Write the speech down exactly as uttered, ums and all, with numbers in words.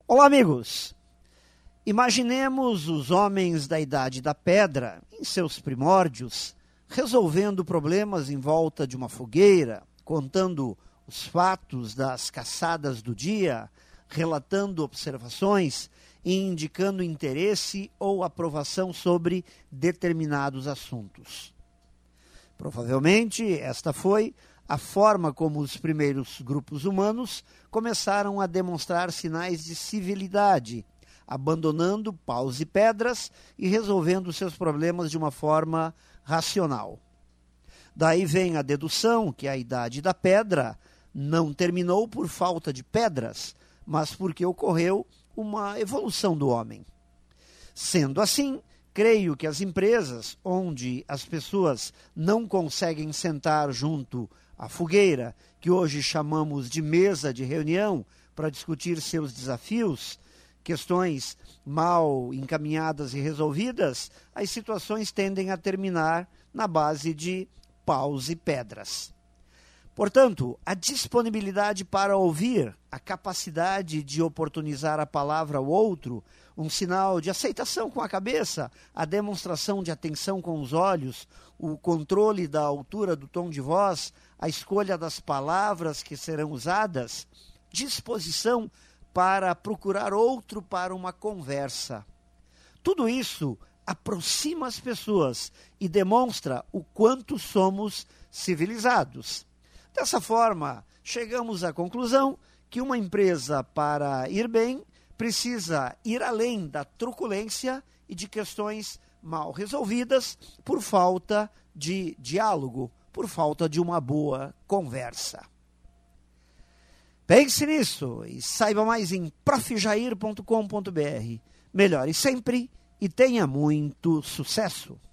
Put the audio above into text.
Olá, amigos! Imaginemos os homens da Idade da Pedra, em seus primórdios, resolvendo problemas em volta de uma fogueira, contando os fatos das caçadas do dia, relatando observações e indicando interesse ou aprovação sobre determinados assuntos. Provavelmente, esta foi a forma como os primeiros grupos humanos começaram a demonstrar sinais de civilidade, abandonando paus e pedras e resolvendo seus problemas de uma forma racional. Daí vem a dedução que a Idade da Pedra não terminou por falta de pedras, mas porque ocorreu uma evolução do homem. Sendo assim, creio que as empresas onde as pessoas não conseguem sentar junto à fogueira, que hoje chamamos de mesa de reunião, para discutir seus desafios, questões mal encaminhadas e resolvidas, as situações tendem a terminar na base de paus e pedras. Portanto, a disponibilidade para ouvir, a capacidade de oportunizar a palavra ao outro, um sinal de aceitação com a cabeça, a demonstração de atenção com os olhos, o controle da altura do tom de voz, a escolha das palavras que serão usadas, disposição para procurar outro para uma conversa. Tudo isso aproxima as pessoas e demonstra o quanto somos civilizados. Dessa forma, chegamos à conclusão que uma empresa, para ir bem, precisa ir além da truculência e de questões mal resolvidas por falta de diálogo, por falta de uma boa conversa. Pense nisso e saiba mais em prof jair ponto com ponto br. Melhore sempre e tenha muito sucesso!